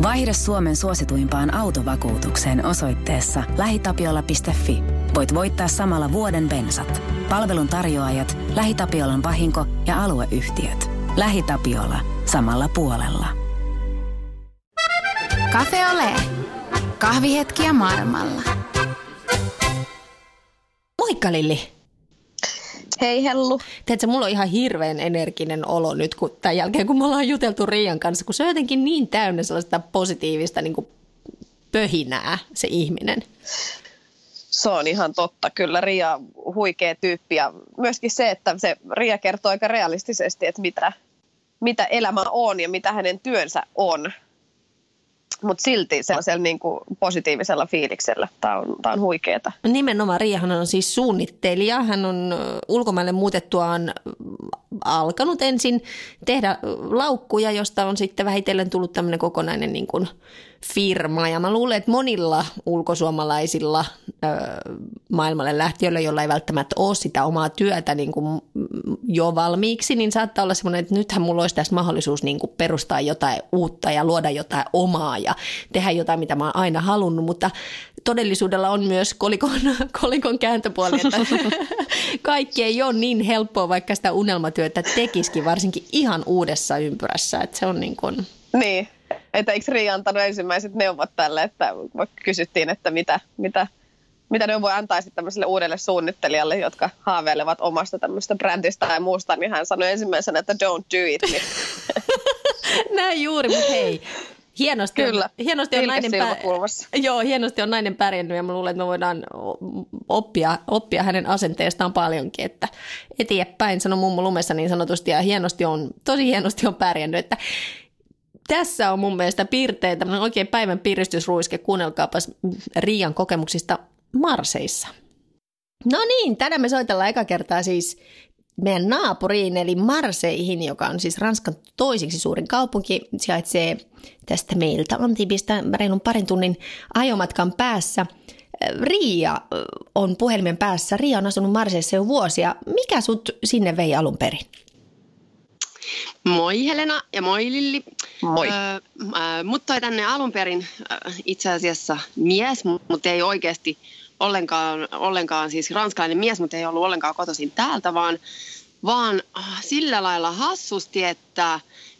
Vaihda Suomen suosituimpaan autovakuutukseen osoitteessa lähitapiola.fi. Voit voittaa samalla vuoden bensat. Palvelun tarjoajat, LähiTapiolan vahinko ja alueyhtiöt. LähiTapiola. Samalla puolella. Cafe Ole. Kahvihetkiä maailmalla. Moikka Lilli. Hei Hellu. Tiedätkö, mulla on ihan hirveän energinen olo nyt tämän jälkeen, kun me ollaan juteltu Riian kanssa, kun se on jotenkin niin täynnä sellaista positiivista niin kuin pöhinää se ihminen. Se on ihan totta. Kyllä Riia huikea tyyppi ja myöskin se, että se Riia kertoo aika realistisesti, että mitä elämä on ja mitä hänen työnsä on. Mutta silti sellaisella niin kuin positiivisella fiiliksellä. Tämä on huikeeta. Nimenomaan Riiahan on siis suunnittelija. Hän on ulkomaille muutettuaan alkanut ensin tehdä laukkuja, josta on sitten vähitellen tullut tämmöinen kokonainen niin kuin firma. Ja mä luulen, että monilla ulkosuomalaisilla maailmalle lähtiöillä, joilla ei välttämättä ole sitä omaa työtä niin kuin jo valmiiksi, niin saattaa olla semmoinen, että nythän mulla olisi tässä mahdollisuus niin kuin perustaa jotain uutta ja luoda jotain omaa ja tehdä jotain, mitä mä oon aina halunnut, mutta todellisuudella on myös kolikon kääntöpuoli, että kaikki ei ole niin helppoa, vaikka sitä unelmatyötä tekisikin, varsinkin ihan uudessa ympyrässä, että se on niin kuin... Niin, että eikö Riia antanut ensimmäiset neuvot tälle, että kysyttiin, että mitä neuvoja antaisi tämmöiselle uudelle suunnittelijalle, jotka haaveilevat omasta tämmöistä brändistä tai muusta, niin hän sanoi ensimmäisenä, että don't do it. Niin. Näin juuri, mutta hei. Hienosti on nainen pärjännyt ja mä luulen, että me voidaan oppia hänen asenteestaan paljonkin, että eteenpäin sanoi mummo lumessa niin sanotusti ja tosi hienosti on pärjännyt, että tässä on mun mielestä piirteitä, oikein päivän piristysruiske, kuunnelkaapas Riian kokemuksista Marseissa. No niin, tänään me soitellaan eka kertaa siis meidän naapuriin, eli Marseilleihin, joka on siis Ranskan toisiksi suurin kaupunki, sijaitsee tästä meiltä Antibista reilun parin tunnin ajomatkan päässä. Riia on puhelimen päässä. Riia on asunut Marseissa jo vuosia. Mikä sut sinne vei alun perin? Moi Helena ja moi Lilli. Moi. Mut toi tänne alun perin itse asiassa mies, mutta ei oikeasti ollenkaan siis ranskalainen mies, mutta ei ollut ollenkaan kotoisin täältä, vaan sillä lailla hassusti, että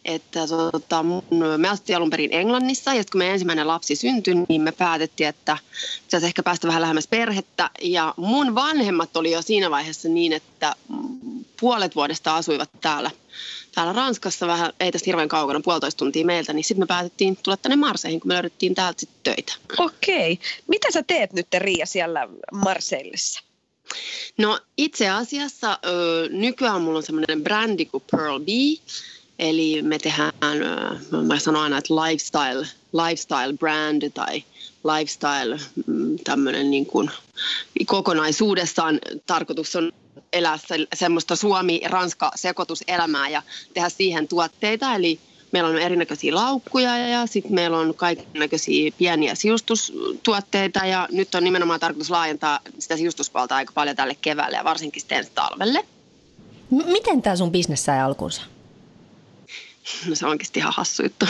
me asuttiin alun perin Englannissa ja kun meidän ensimmäinen lapsi syntyi, niin me päätettiin, että pitäisi ehkä päästä vähän lähemmäs perhettä. Ja mun vanhemmat oli jo siinä vaiheessa niin, että puolet vuodesta asuivat täällä Ranskassa, vähän ei tästä hirveän kaukana, 1,5 tuntia meiltä, niin sitten me päätettiin tulla tänne Marseilleihin, kun me löydettiin täältä sitten töitä. Okei. Mitä sä teet nyt, Riia, siellä Marseillessa? No itse asiassa nykyään mulla on semmoinen brändi kuin Pearl Bee, eli me tehdään, mä sanon aina, että lifestyle brand tai lifestyle tämmöinen niin kuin kokonaisuudessaan tarkoitus on elää semmoista Suomi-Ranska-sekoituselämää ja tehdä siihen tuotteita, eli meillä on erinäköisiä laukkuja ja sitten meillä on kaikennäköisiä pieniä siustustuotteita ja nyt on nimenomaan tarkoitus laajentaa sitä siustuspuolta aika paljon tälle keväälle ja varsinkin sitten ensi talvelle. Miten tämä sun bisnes sai alkunsa? No se on oikeasti ihan hassu juttu.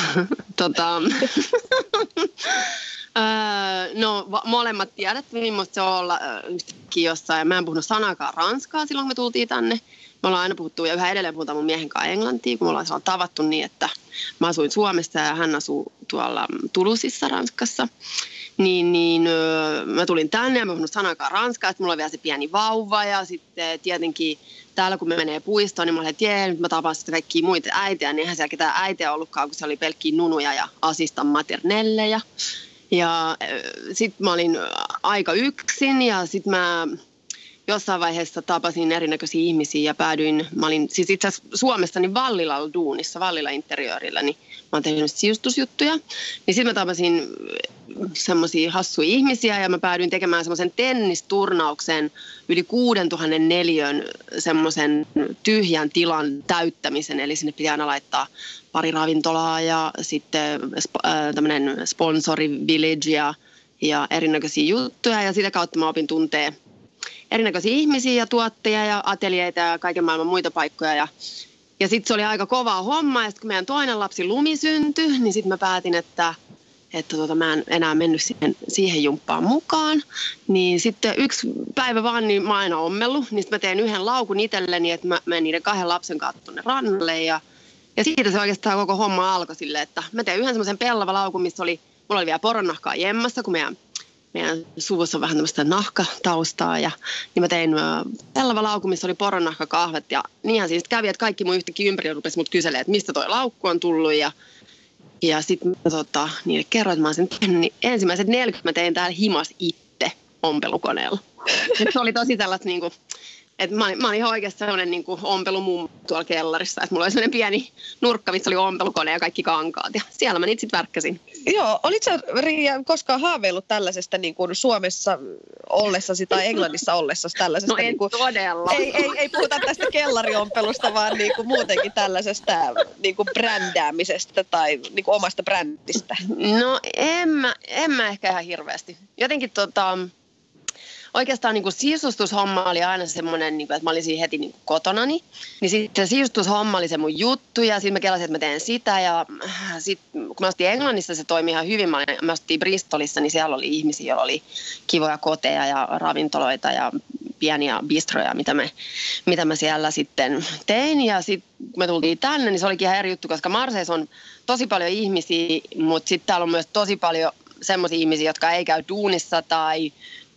No molemmat tiedät, millaista se on olla yhtäkkiä jossain. Mä en puhunut sanakaan ranskaa silloin, kun me tultiin tänne. Me ollaan aina puhuttu ja yhä edelleen puhutaan mun miehen kanssa englantia, kun me ollaan tavattu niin, että mä asuin Suomessa ja hän asuu tuolla Toulousessa Ranskassa. Niin mä tulin tänne ja mä puhunut sanakaan ranskaa, että mulla on vielä se pieni vauva ja sitten tietenkin täällä kun me menee puistoon, niin mä olin, että nyt mä tapaan sitten kaikkia muita äitejä, niin eihän siellä ketään äitiä ollutkaan, kun se oli pelkkiä nunuja ja assistan maternelleja. Ja sitten mä olin aika yksin ja sitten mä jossain vaiheessa tapasin erinäköisiä ihmisiä ja mä olin siis itse asiassa Suomessa niin Vallilalla duunissa, Vallilla interiöörillä, niin mä oon tehnyt siustusjuttuja. Niin sitten mä tapasin semmoisia hassuja ihmisiä ja mä päädyin tekemään semmoisen tennisturnauksen yli 6000 neliön semmoisen tyhjän tilan täyttämisen. Eli sinne piti aina laittaa pari ravintolaa ja sitten tämmöinen sponsori village ja erinäköisiä juttuja. Ja sitä kautta mä opin tuntee erinäköisiä ihmisiä ja tuotteja ja ateljeita ja kaiken maailman muita paikkoja. Ja sitten se oli aika kovaa hommaa ja sitten kun meidän toinen lapsi Lumi syntyi, niin sitten mä päätin, että mä en enää mennyt siihen jumppaan mukaan. Niin sitten yksi päivä vaan, niin mä aina ommellut. Niin sitten mä tein yhden laukun itselleni, että mä menen niiden 2 lapsen kanssa tuonne rannalle. Ja siitä se oikeastaan koko homma alkoi silleen, että mä tein yhden semmoisen pellava laukun, missä mulla oli vielä poronnahkaa jemmassa, kun meidän suvussa on vähän tämmöistä nahkataustaa. Niin mä tein pellava laukun, missä oli poronnahkakahvet. Ja niinhän siis kävi, että kaikki mun yhtäkkiä ympärillä rupesi mut kyselemään, että mistä toi laukku on tullut. Ja sitten mä niille kerroin, että mä oon sen tehnyt, niin ensimmäiset 40 mä tein täällä himas itse ompelukoneella. Se oli tosi tällaista niinku, että mä olin ihan oikeasti sellainen niinku ompelumummo tuolla kellarissa. Että mulla oli sellainen pieni nurkka, missä oli ompelukone ja kaikki kankaat. Ja siellä mä niitä sitten värkkäsin. Joo, olitko sä, Riia, koskaan haaveillut tällaisesta niin kuin Suomessa ollessasi tai Englannissa ollessasi tällaisesta? No en niin kuin, todella. Ei puhuta tästä kellariompelusta, vaan niin kuin muutenkin tällaisesta niin kuin brändäämisestä tai niin kuin omasta brändistä. No en mä ehkä ihan hirveästi. Jotenkin oikeastaan niin kuin sisustushomma oli aina semmoinen, niin kuin, että mä olin siinä heti niin kuin kotonani. Niin sitten se sisustushomma oli se mun juttu ja sitten mä kelasin, että mä teen sitä. Ja sitten kun mä asuttiin Englannissa, se toimi ihan hyvin. Mä asuttiin Bristolissa, niin siellä oli ihmisiä, joilla oli kivoja koteja ja ravintoloita ja pieniä bistroja, mitä mä siellä sitten tein. Ja sitten kun me tultiin tänne, niin se olikin ihan eri juttu, koska Marseissa on tosi paljon ihmisiä, mutta sitten täällä on myös tosi paljon semmoisia ihmisiä, jotka ei käy duunissa tai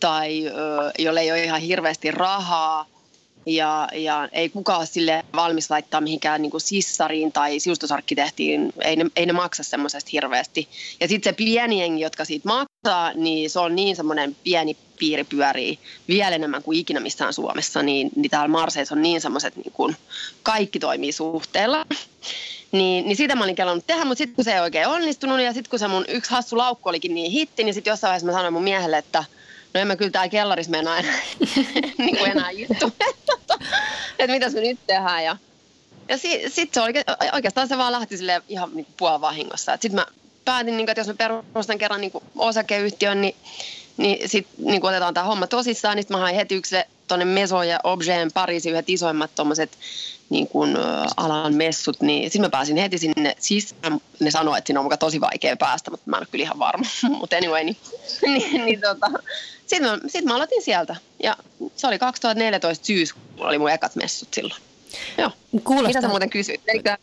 jolle ei ole ihan hirveästi rahaa ja ei kukaan ole sille valmis laittaa mihinkään niin kuin sissariin tai sisustusarkkitehtiin, ei ne maksa semmoisesta hirveästi. Ja sitten se pieni jengi, jotka siitä maksaa, niin se on niin semmoinen pieni piiri pyörii vielä enemmän kuin ikinä missään Suomessa, niin täällä Marseissa on niin semmoiset, niin kuin kaikki toimii suhteella. Niin sitä mä olin kelannut tehdä, mutta sitten kun se ei oikein onnistunut ja sitten kun se mun yksi hassu laukku olikin niin hitti, niin sitten jossain vaiheessa mä sanoin mun miehelle, että no en mä kyllä täällä kellarissa mennä aina niin kuin enää istu. Että mitäs me nyt tehdään. Ja sitten se oikeastaan se vaan lähti silleen ihan niin kuin puolivahingossa. Sitten mä päätin, että jos mä perustan kerran niin kuin osakeyhtiön, niin sitten niin otetaan tämä homma tosissaan. Niin sitten mä hain heti yksi tuonne Meso ja Objet Pariisin yhdet isoimmat tommoset niin kuin alan messut, niin sitten mä pääsin heti sinne sisään. Ne sanoi, että siinä on muka tosi vaikea päästä, mutta mä en ole kyllä ihan varma. Mutta anyway, sitten mä aloitin sieltä. Ja se oli 2014 syyskuulla, oli mun ekat messut silloin. Joo. Mitä sä muuten kysyit?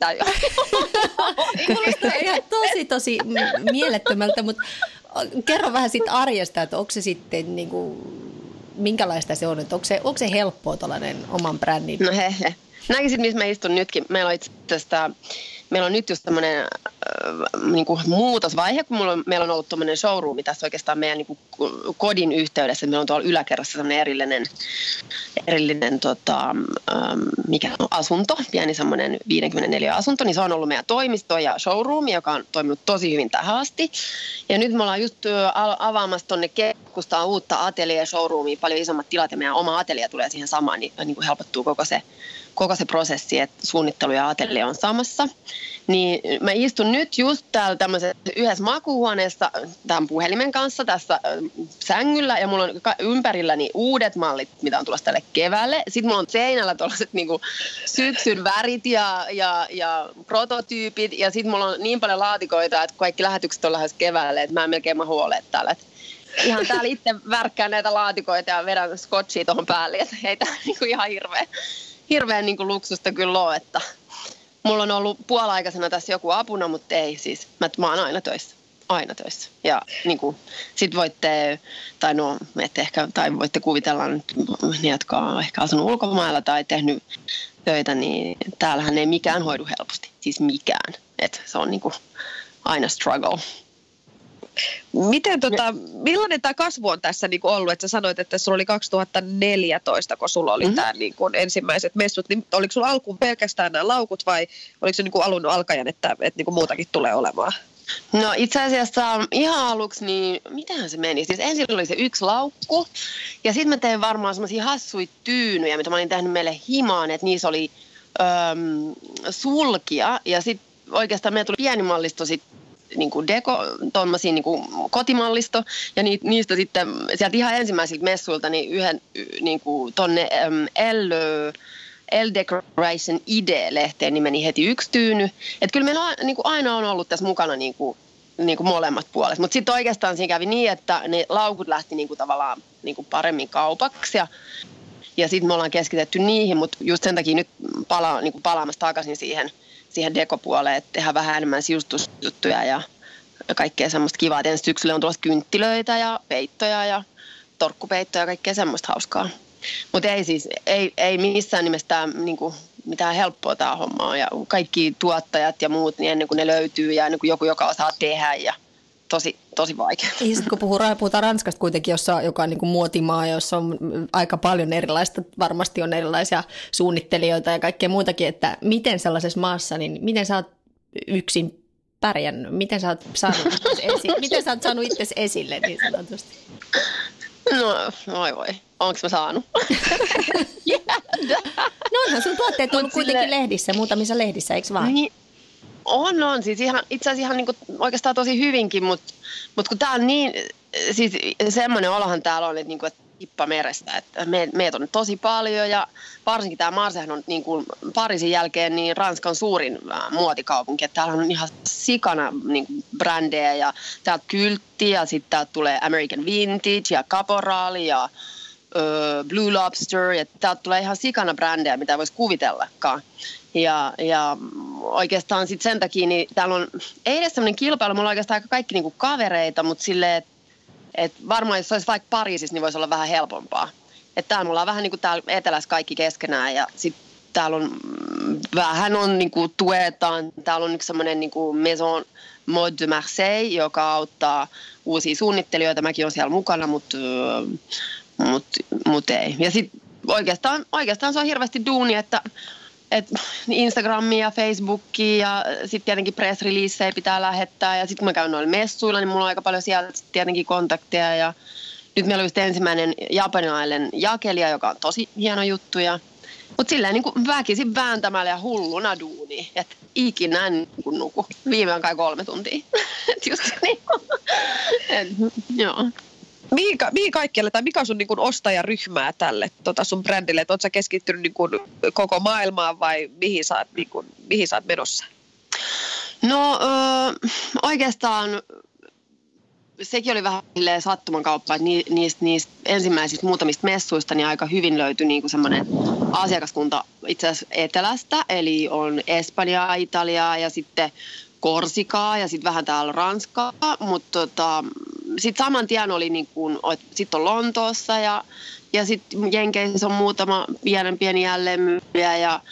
Kuulostaa ihan tosi mielettömältä, mutta kerro vähän siitä arjesta, että onko se sitten niin kuin, minkälaista se on, että onko se helppoa tuollainen oman brändin? No näkisit, missä mä istun nytkin. Meillä on nyt just tämmöinen niin kuin muutosvaihe, kun meillä on ollut tämmöinen showroomi tässä oikeastaan meidän niin kuin kodin yhteydessä. Meillä on tuolla yläkerrassa semmoinen erillinen mikä on asunto, pieni semmoinen 54 asunto, niin se on ollut meidän toimisto ja showroomi, joka on toiminut tosi hyvin tähän asti. Ja nyt me ollaan just avaamassa tuonne keskustaan uutta atelier-showroomia, paljon isommat tilat ja meidän oma atelia tulee siihen samaan, niin kuin helpottuu koko se prosessi, että suunnittelu ja atelier on samassa. Niin mä istun nyt just täällä tämmöisessä yhdessä makuuhuoneessa tämän puhelimen kanssa tässä sängyllä ja mulla on ympärilläni uudet mallit, mitä on tulossa tälle keväälle. Sitten mulla on seinällä tuollaiset niinku syksyn värit ja prototyypit ja sitten mulla on niin paljon laatikoita, että kaikki lähetykset on lähes keväälle, että mä en melkein mahu olemaan täällä. Ihan täällä itse värkkään näitä laatikoita ja vedän scotchia tuohon päälle, että ei tää niinku ihan hirveän niin kuin luksusta kyllä ole, että mulla on ollut puoliaikaisena tässä joku apuna, mutta ei siis. Mä oon aina töissä. Ja niin kuin, sit voitte, tai voitte kuvitella nyt ne, jotka on ehkä asunut ulkomailla tai tehnyt töitä, niin täällähän ei mikään hoidu helposti. Siis mikään. Että se on niin kuin aina struggle. Miten millainen tämä kasvu on tässä niin kuin ollut? Että sä sanoit, että sulla oli 2014, kun sulla oli tämä niin kuin ensimmäiset messut. Niin oliko sulla alkuun pelkästään nämä laukut vai oliko se niin kuin alun alkajan, että niin kuin muutakin tulee olemaan? No itse asiassa ihan aluksi, niin mitähän se meni? Siis ensin oli se yksi laukku ja sitten mä tein varmaan semmoisia hassuja tyynyjä, mitä mä olin tehnyt meille himaan, että niissä oli sulkia ja sitten oikeastaan meillä tuli pieni mallisto sitten niin kuin tommosia niin kuin kotimallisto ja niistä sitten sieltä ihan ensimmäisiltä messuilta niin yhden niin kuin tonne L Decoration Idea-lehteen niin meni heti yksi tyyny. Että kyllä meillä niin kuin aina on ollut tässä mukana niin kuin niin kuin molemmat puolet. Mutta sitten oikeastaan siinä kävi niin, että ne laukut lähti niin kuin tavallaan niin kuin paremmin kaupaksi ja sitten me ollaan keskitetty niihin, mutta just sen takia nyt palaamassa takaisin siihen dekopuoleen, että tehdään vähän enemmän sisustusjuttuja ja kaikkea semmoista kivaa. Ensi syksyllä on tulossa kynttilöitä ja peittoja ja torkkupeittoja ja kaikkea semmoista hauskaa. Mutta ei missään nimessä niinku mitään helppoa tämä homma on. Ja kaikki tuottajat ja muut, niin ennen kuin ne löytyy ja ennen kuin joku, joka osaa tehdä ja tosi vaikea. Ja sitten kun puhutaan Ranskasta kuitenkin, joka on niin kuin muotimaa, jossa on aika paljon erilaista, varmasti on erilaisia suunnittelijoita ja kaikkea muutakin, että miten sellaisessa maassa, niin miten sä oot yksin pärjännyt? Miten sä oot saanut itsesi esille niin sanotusti? No, voi. Onko mä saanut? No onhan sun tuotteet ollut kuitenkin lehdissä, muutamissa lehdissä, eikö vaan? Niin, on. Siis itse asiassa ihan niinku oikeastaan tosi hyvinkin, mutta kun tää on niin, siis semmoinen olohan täällä on, että niinku, tippa merestä, että meitä on tosi paljon ja varsinkin tämä Marseillehan on niin kuin Pariisin jälkeen niin Ranskan suurin muotikaupunki, että täällä on ihan sikana niin kuin brändejä ja täältä kyltti ja sitten täältä tulee American Vintage ja Caporal ja Blue Lobster ja täältä tulee ihan sikana brändejä, mitä voisi kuvitellakaan. Ja oikeastaan sitten sen takia, niin täällä on, ei edes sellainen kilpailu, mulla on oikeastaan aika kaikki niinku kavereita, mutta silleen, että varmaan jos olisi vaikka Pariisissa, niin voisi olla vähän helpompaa. Että täällä mulla on vähän niin kuin täällä etelässä kaikki keskenään ja sitten täällä on vähän on niin kuin tuetaan. Täällä on yksi semmoinen niin kuin Maison Mode de Marseille, joka auttaa uusia suunnittelijoita. Mäkin olen siellä mukana, mutta ei. Ja sitten oikeastaan se on hirveästi duuni, että Instagramia ja Facebookia ja sitten tietenkin press-releasejä pitää lähettää. Ja sitten kun mä käyn noilla messuilla, niin mulla on aika paljon siellä tietenkin kontakteja. Ja nyt meillä on just ensimmäinen japanilainen jakelija, joka on tosi hieno juttu. Mutta silleen niin kuin väkisin vääntämällä ja hulluna duuni. Että ikinä niin kuin nuku. Viimeään kai 3 tuntia. Että just niin kuin. Joo. Mihin kaikkialle, tai mikä on sun niin kuin ostajaryhmää tälle sun brändille? Oletko sä keskittynyt niin kuin koko maailmaan vai mihin sä oot menossa? No oikeastaan sekin oli vähän sattuman kauppa, että niistä ensimmäisistä muutamista messuista niin aika hyvin löytyi niin kuin semmoinen asiakaskunta itse asiassa etelästä, eli on Espanjaa, Italiaa ja sitten Korsikaa ja sitten vähän täällä Ranskaa, mutta sitten saman tien oli niin kuin, sitten on Lontoossa ja sitten Jenkeissä on muutama pieni jälleenmyyjä ja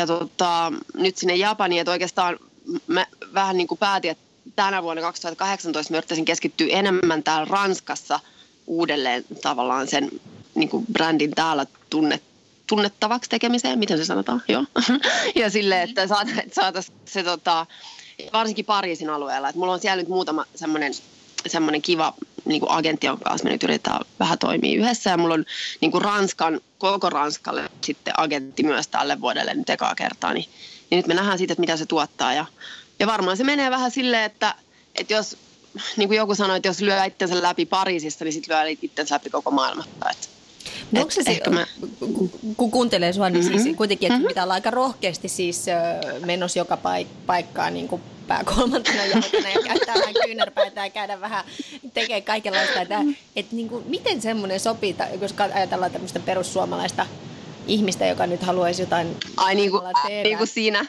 nyt sinne Japaniin, että oikeastaan mä vähän niin kuin päätin, että tänä vuonna 2018 mä yrittäisin keskittyä enemmän täällä Ranskassa uudelleen tavallaan sen niin kuin brändin täällä tunnettavaksi tekemiseen, miten se sanotaan, joo. Ja silleen, että saataisiin se varsinkin Pariisin alueella, että mulla on siellä nyt muutama semmoinen kiva niin kuin agentti, jonka kanssa me nyt yritetään vähän toimia yhdessä. Ja mulla on niin kuin koko Ranskalle sitten agentti myös tälle vuodelle nyt ekaa kertaa. Niin nyt me nähdään siitä, että mitä se tuottaa. Ja varmaan se menee vähän silleen, että jos, niin kuin joku sanoi, että jos lyö itsensä läpi Pariisissa, niin sitten lyö itsensä läpi koko maailmasta. No onko se kun kuuntelee sua, niin siis kuitenkin, että pitää olla aika rohkeasti siis menossa joka paikkaan niin kuin pääkolmantena jalkana ja käyttää vähän kyynärpäitä ja käydä vähän tekee kaikenlaista. Että niin kuin, miten semmoinen sopii, jos ajatellaan tämmöistä perussuomalaista ihmistä, joka nyt haluaisi jotain niin kuin siinä.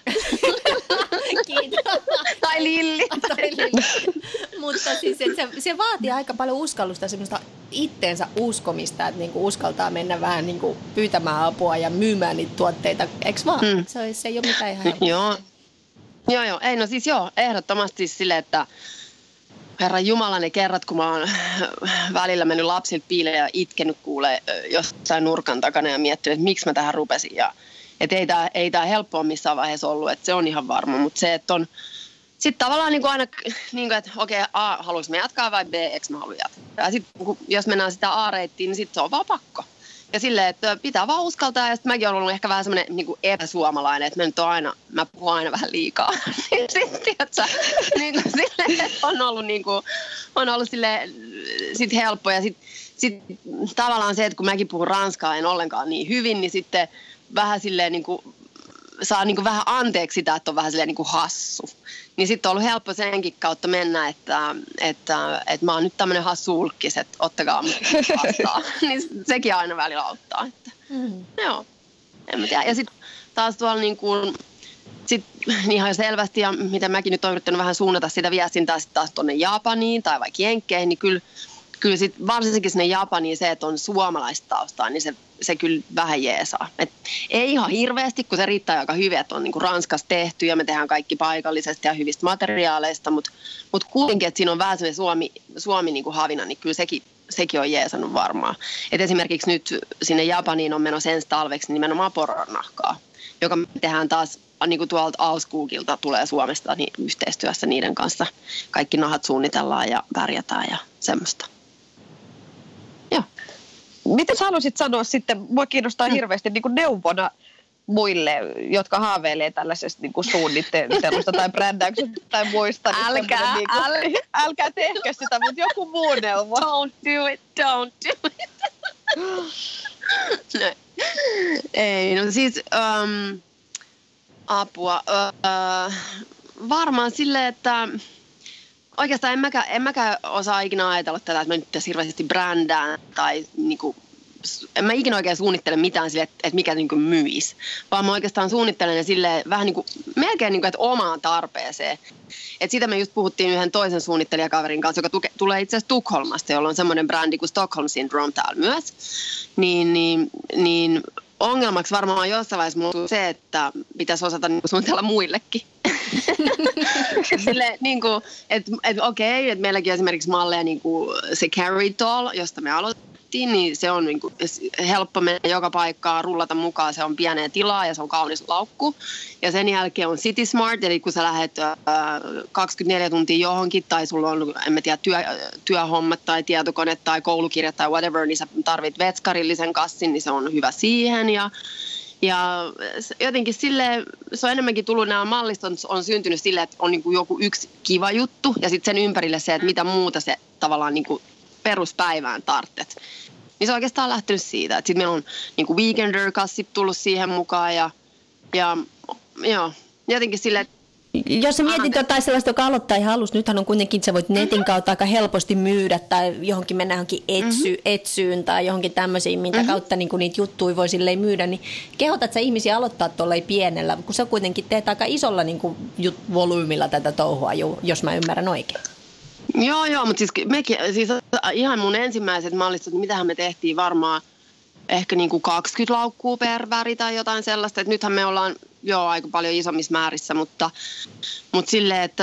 Kiitos. Tai Lilli. Mutta siis että se vaatii aika paljon uskallusta, semmoista itteensä uskomista, että niinku uskaltaa mennä vähän niinku pyytämään apua ja myymään niitä tuotteita. Eikö vaan? Se ei ole mitään ihan helppoa. Joo. Ei, no siis ehdottomasti siis silleen, että Herran Jumala, ne kerrat, kun mä oon välillä mennyt lapsilta piileen ja itkenyt kuulee jossain nurkan takana ja miettinyt, että miksi mä tähän rupesin. Että ei tää helppoa missään vaiheessa ollut, että se on ihan varma. Mutta se, että on sitten tavallaan niin kuin aina, niin kuin, että okei, A, haluaisin mä jatkaa vai B, eikö mä halua jatkaa. Ja sitten jos mennään sitä A-reittiin, niin sitten se on vaan pakko. Ja silleen, että pitää vaan uskaltaa. Ja sitten mäkin olen ollut ehkä vähän semmoinen niin kuin epäsuomalainen, että mä puhun aina vähän liikaa. Sitten, tiiätkö, niin kuin silleen, että on ollut silleen sit helppo. Ja sitten tavallaan se, että kun mäkin puhun ranskaa en ollenkaan niin hyvin, niin sitten vähän silleen niin kuin saa niin kuin vähän anteeksi sitä, että on vähän silleen niin kuin hassu. Niin sitten on ollut helppo senkin kautta mennä, että mä oon nyt tämmöinen hassu ulkkis, että ottakaa mut vastaan. Niin sekin aina välillä auttaa. Että. Joo, en mä tiedä. Ja sitten taas tuolla niin kuin, ihan selvästi, ja miten mäkin nyt olen yrittänyt vähän suunnata sitä viestintää sitten taas tuonne Japaniin tai vaikka Jenkkeihin, niin kyllä sit varsinkin sinne Japaniin se, että on suomalaistaustaa, niin se kyllä vähän jeesaa. Et ei ihan hirveästi, kun se riittää aika hyvin, että on niinku Ranskassa tehty ja me tehdään kaikki paikallisesti ja hyvistä materiaaleista, mutta kuitenkin, että siinä on vähän sellainen Suomi niinku havina, niin kyllä sekin on jeesannut varmaan. Et esimerkiksi nyt sinne Japaniin on menossa ensi talveksi nimenomaan poronnahkaa, joka me tehdään taas niin kuin tuolta Alskoogilta tulee Suomesta niin yhteistyössä niiden kanssa. Kaikki nahat suunnitellaan ja värjätään ja semmoista. Joo. Mitä sä haluaisit sanoa sitten, mua kiinnostaa hirveästi niin kuin neuvona muille, jotka haaveilee tällaisesta niin kuin suunnittelusta tai brändäyksestä tai muista. Älkää tehkö sitä, mutta joku muu neuvo. Don't do it. No. Ei, no siis apua. Varmaan silleen, että oikeastaan en mäkään osaa ikinä ajatella tätä, että mä nyt tässä hirveästi brändään tai niinku, en mä ikinä oikein suunnittele mitään sille, että mikä niinku myisi, vaan mä oikeastaan suunnittelen ne silleen vähän niinku, melkein niinku, että omaan tarpeeseen. Et sitä me just puhuttiin yhden toisen suunnittelijakaverin kanssa, joka tulee itse asiassa Tukholmasta, jolla on semmoinen brändi kuin Stockholm Syndrome täällä myös. Niin ongelmaksi varmaan jossain vaiheessa muuttuu se, että pitäisi osata niinku suunnitella muillekin. Silleen, niinku, että okei, että meilläkin esimerkiksi malleja niinku se Carry Doll, josta me aloitettiin, niin se on niinku helppo mennä joka paikkaan, rullata mukaan, se on pienää tilaa ja se on kaunis laukku. Ja sen jälkeen on City Smart, eli kun sä lähdet 24 tuntia johonkin tai sulla on, en mä tiedä, työhommat tai tietokone tai koulukirjat tai whatever, niin sä tarvit vetskarillisen kassin, niin se on hyvä siihen ja jotenkin silleen, se on enemmänkin tullut, nämä mallistot on syntynyt silleen, että on niinku joku yksi kiva juttu ja sitten sen ympärille se, että mitä muuta se tavallaan niinku peruspäivään tarvitset. Niin se on oikeastaan lähtenyt siitä, että sitten meillä on niinku Weekender-kassi tullut siihen mukaan ja joo, jotenkin silleen, jos sä mietit jotain sellaista, joka aloittaa ihan alussa, nythän on kuitenkin, että sä voit netin kautta aika helposti myydä tai johonkin mennä johonkin etsyyn tai johonkin tämmöisiin, minkä kautta niin niitä juttuja voi silleen myydä, niin kehotat sä ihmisiä aloittaa tuollain pienellä, kun sä kuitenkin teet aika isolla niin volyymilla tätä touhua, jos mä ymmärrän oikein. Joo, mutta siis ihan mun ensimmäiset mallistot, niin mitähän me tehtiin varmaan ehkä niin kuin 20 laukkuu per väri tai jotain sellaista, että nythän me ollaan aika paljon isommissa määrissä, mutta silleen, että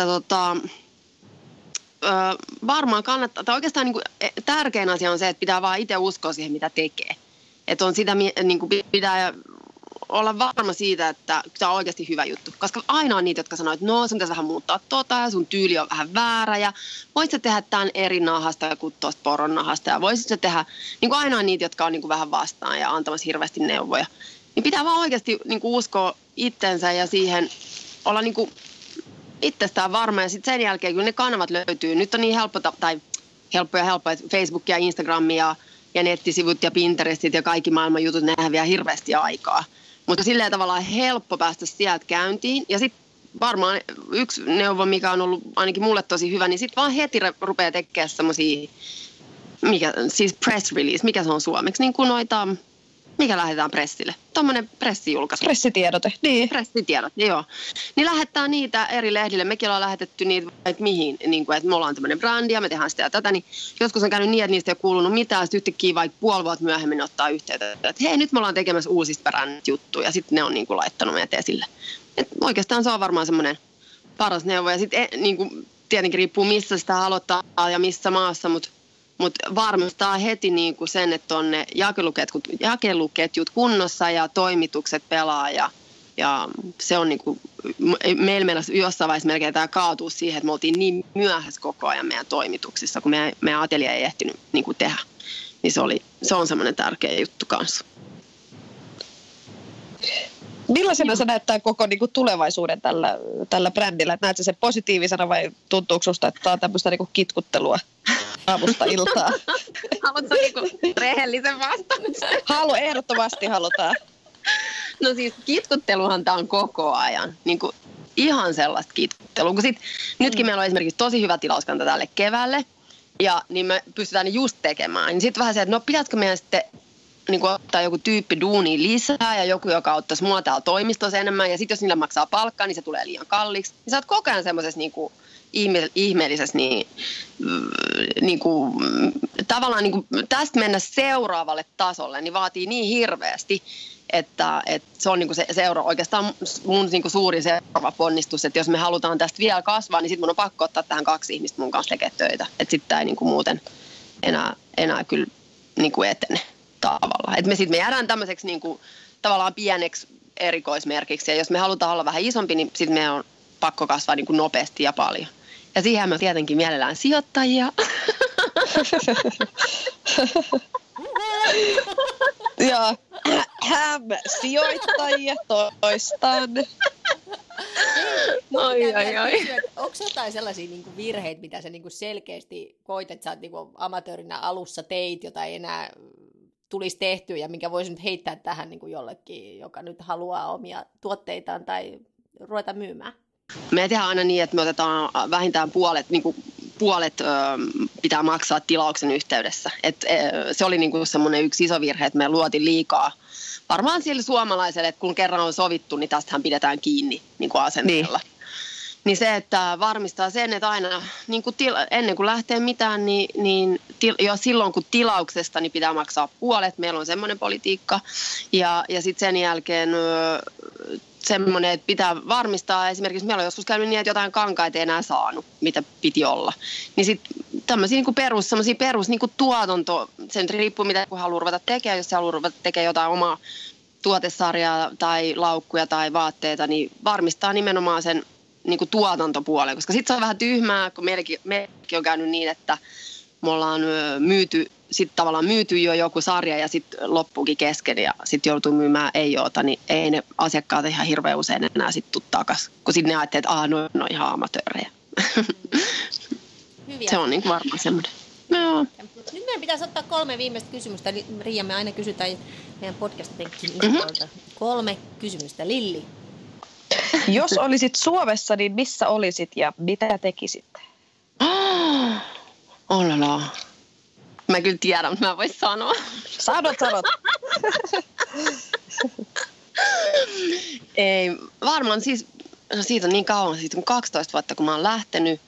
varmaan kannattaa, tai oikeastaan niin kuin tärkein asia on se, että pitää vaan itse uskoa siihen, mitä tekee. Että on sitä, niin kuin pitää olla varma siitä, että tämä on oikeasti hyvä juttu. Koska aina on niitä, jotka sanoo, että no, sun pitäisi vähän muuttaa ja sun tyyli on vähän väärä ja voisit sä tehdä tämän eri nahasta kuin tuosta poron nahasta ja voisit sä tehdä, niin kuin aina on niitä, jotka on niin kuin vähän vastaan ja antamassa hirveästi neuvoja. Niin pitää vaan oikeasti niin kuin uskoa itsensä ja siihen olla niin kuin itsestään varma ja sitten sen jälkeen, kun ne kanavat löytyy, nyt on niin helppo, että Facebook ja Instagram ja nettisivut ja Pinterestit ja kaikki maailman jutut, nehän vie hirveästi aikaa. Mutta silleen tavallaan helppo päästä sieltä käyntiin. Ja sitten varmaan yksi neuvo, mikä on ollut ainakin mulle tosi hyvä, niin sitten vaan heti rupeaa tekemään semmoisia, siis press release, mikä se on suomeksi, niin kuin noita, mikä lähetetään pressille. Tuommoinen pressijulkaisu. Pressitiedote, niin. Pressitiedote, joo. Niin lähettää niitä eri lehdille. Mekin ollaan lähetetty niitä, että mihin, niin kuin, että me ollaan tämmöinen brändi ja me tehdään sitä ja tätä. Niin joskus on käynyt niin, että niistä ei ole kuulunut mitään. Sitten yhtäkkiä vaikka puoli vuotta myöhemmin ottaa yhteyttä, että hei, nyt me ollaan tekemässä uusista brändijuttuja. Ja sitten ne on niin kuin laittanut meidät esille. Et oikeastaan se on varmaan semmoinen paras neuvo. Ja sitten niin kuin, tietenkin riippuu, missä sitä aloittaa ja missä maassa, mutta varmistaa heti niin kuin sen, että on ne jakeluketjut kunnossa ja toimitukset pelaa ja se on niin kuin, meillä jossain vaiheessa melkein tämä kaatuu siihen, että me oltiin niin myöhässä koko ajan meidän toimituksissa, kun meidän atelje ei ehtinyt niin kuin tehdä. Niin se on semmoinen tärkeä juttu kanssa. Millaisena sä näet tämän koko niin kuin tulevaisuuden tällä brändillä? Näetkö sen positiivisena vai tuntuuko susta, että tämä on tämmöistä niin kuin kitkuttelua aamusta iltaa? Haluatko niin rehellisen vastauksen? Ehdottomasti halutaan. No siis kitkutteluhan tämä on koko ajan. Niin kuin ihan sellaista kitkuttelua. Kun nytkin meillä on esimerkiksi tosi hyvä tilauskanta tälle keväälle. Ja niin me pystytään ne just tekemään. Niin sitten vähän se, että no pitäisikö meidän sitten niin kuin ottaa joku tyyppi duunia lisää ja joku, joka ottaisi mua täällä toimistossa enemmän. Ja sitten jos niillä maksaa palkkaa, niin se tulee liian kalliiksi. Niin sä oot koko ajan semmoisessa niin kuin ihmeellisessä niin kuin, tavallaan niin kuin, tästä mennä seuraavalle tasolle, niin vaatii niin hirveästi, että se on niin kuin se oikeastaan mun niin kuin suurin seuraava ponnistus, että jos me halutaan tästä vielä kasvaa, niin sitten mun on pakko ottaa tähän 2 ihmistä mun kanssa tekemään töitä. Että sitten tämä ei niin kuin muuten enää kyllä niin kuin etene tavallaan. Että me jäädään tämmöiseksi niin kuin, tavallaan pieneksi erikoismerkiksi, ja jos me halutaan olla vähän isompi, niin sitten meidän on pakko kasvaa niin kuin nopeasti ja paljon. Ja siihen me tietenkin mielellään sijoittajia. Joo, sijoittajia toistaan. Onko jotain sellaisia niinku virheitä, mitä sä niinku selkeästi koit, että sä oot niinku amatöörinä alussa teit, jota ei enää tulisi tehtyä ja minkä voisi nyt heittää tähän niinku jollekin, joka nyt haluaa omia tuotteitaan tai ruveta myymään? Me tehdään aina niin, että me otetaan vähintään puolet pitää maksaa tilauksen yhteydessä. Se oli niinku semmoinen yksi iso virhe, että me luotiin liikaa. Varmaan sille suomalaiselle, että kun kerran on sovittu, niin tästähän pidetään kiinni niin kuin asenteella. Niin se, että varmistaa sen, että aina niin kuin ennen kuin lähtee mitään, niin jo silloin kun tilauksesta niin pitää maksaa puolet. Meillä on semmoinen politiikka. Ja sitten sen jälkeen semmoinen, että pitää varmistaa, esimerkiksi meillä on joskus käynyt niin, että jotain kankaita ei enää saanut, mitä piti olla. Niin sitten tämmöisiä niin perus niin kuin tuotanto, sen riippuu mitä kun haluaa ruveta tekemään, jos haluaa ruveta tekemään jotain omaa tuotesarjaa tai laukkuja tai vaatteita, niin varmistaa nimenomaan sen niin kuin tuotantopuolen, koska sitten se on vähän tyhmää, kun meilläkin on käynyt niin, että me ollaan myyty jo joku sarja ja sitten loppuukin kesken ja sitten joutuu myymään ei-joota, niin ei ne asiakkaat ihan hirveän usein enää sitten tuu takaisin, kun sitten ne ajattelee, että ne on ihan amatöörejä. Se on niin kuin varmaan semmoinen. No. Nyt meidän pitäisi ottaa 3 viimeistä kysymystä. Riia, me aina kysytään meidän podcast-penkin 3 kysymystä. Lilli. Jos olisit Suomessa, niin missä olisit ja mitä tekisit? Olala. Mä kyllä tiedän, mutta mä en voi sanoa. Sanot. Ei, varmaan siis, no siitä on niin kauan, siitä on 12 vuotta, kun mä oon lähtenyt.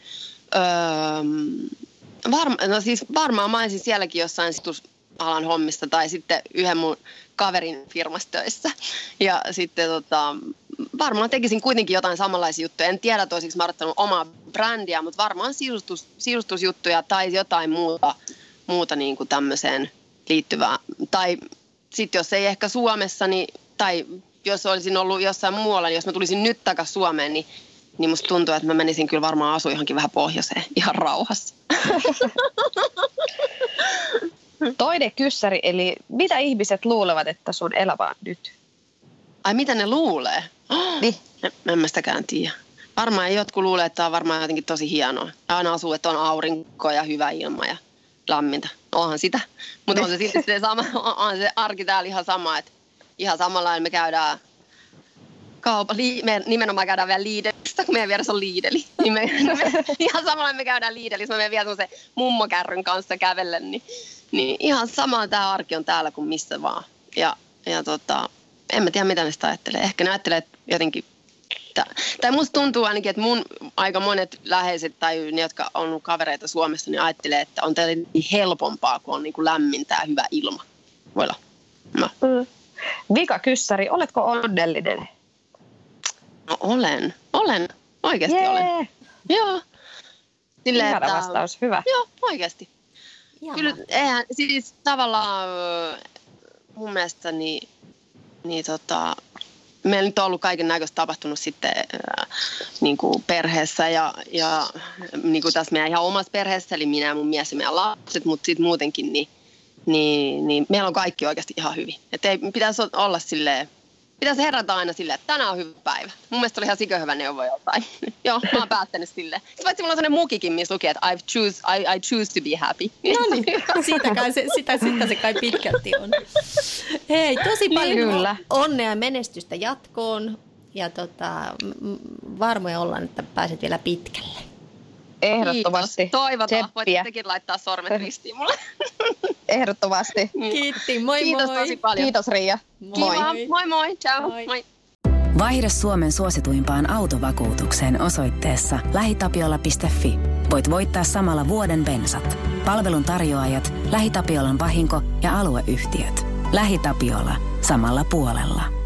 Varmaan mä olisin sielläkin jossain alan hommista tai sitten yhden mun kaverin firmassa töissä. Ja sitten varmaan tekisin kuitenkin jotain samanlaisia juttuja. En tiedä, että olisiko mä odottanut omaa brändiä, mutta varmaan sisustusjuttuja tai jotain muuta niin kuin tämmöiseen liittyvää. Tai sitten jos ei ehkä Suomessa, niin, tai jos olisin ollut jossain muualla, niin jos mä tulisin nyt takaisin Suomeen, niin musta tuntuu, että mä menisin kyllä varmaan asua johonkin vähän pohjoiseen, ihan rauhassa. Toinen kyssäri, eli mitä ihmiset luulevat, että sun elämä on nyt? Ai mitä ne luulee? Niin. En mä sitäkään tiedä. Varmaan jotkut luulee, että on varmaan jotenkin tosi hienoa. Aina asuu, että on aurinko ja hyvä ilma ja lämmintä. Onhan sitä. Mutta on se silti se sama, on se arki täällä ihan sama, että ihan samanlainen me käydään me nimenomaan käydään vielä Lidlistä, kun meidän vieressä on Lidli. Niin ihan samalla me käydään Lidlissä, mä menen vielä semmoisen mummokärryn kanssa kävellen. Niin ihan sama tämä arki on täällä kuin missä vaan. Ja en mä tiedä mitä ne sitä ajattelee. Ehkä ne ajattelee, että jotenkin, tai musta tuntuu ainakin, että mun aika monet läheiset tai ne, jotka on kavereita Suomessa, niin ajattelee, että on teille niin helpompaa, kun on niin kuin lämmintä ja hyvä ilma. Voi olla. No. Vika kyssäri, oletko onnellinen? No olen. Oikeasti olen. Joo. Silleen, ihana vastaus, hyvä. Joo, oikeasti. Kyllä, eihän, siis tavallaan mun mielestä meillä nyt on ollut kaiken näköistä tapahtunut sitten niin kuin perheessä ja niin kuin tässä meidän ihan omassa perheessä, eli minä ja mun mies ja meidän lapset, mutta sitten muutenkin, niin meillä on kaikki oikeasti ihan hyvin. Että ei pitäisi olla silleen Pitäisi herätä aina silleen, että tänään on hyvä päivä. Mun mielestä oli ihan sikö hyvä neuvo joltain. Joo, mä oon päättänyt silleen. Sitten paitsi mulla on sellainen mukikin, missä lukee, että I choose to be happy. No niin, sitä se kai pitkälti on. Hei, tosi paljon onnea ja menestystä jatkoon. Ja varmoja ollaan, että pääset vielä pitkälle. Ehdottomasti. Kiitos. Toivotaan. Voitte tekin laittaa sormet ristiin mulle. Ehdottomasti. Kiitti, moi. Kiitos tosi paljon. Kiitos Riia. Moi moi, ciao. Moi. Vaihda Suomen suosituimpaan autovakuutukseen osoitteessa lähitapiola.fi. Voit voittaa samalla vuoden bensat. Palvelun tarjoajat, LähiTapiolan vahinko ja alueyhtiöt. LähiTapiola. Samalla puolella.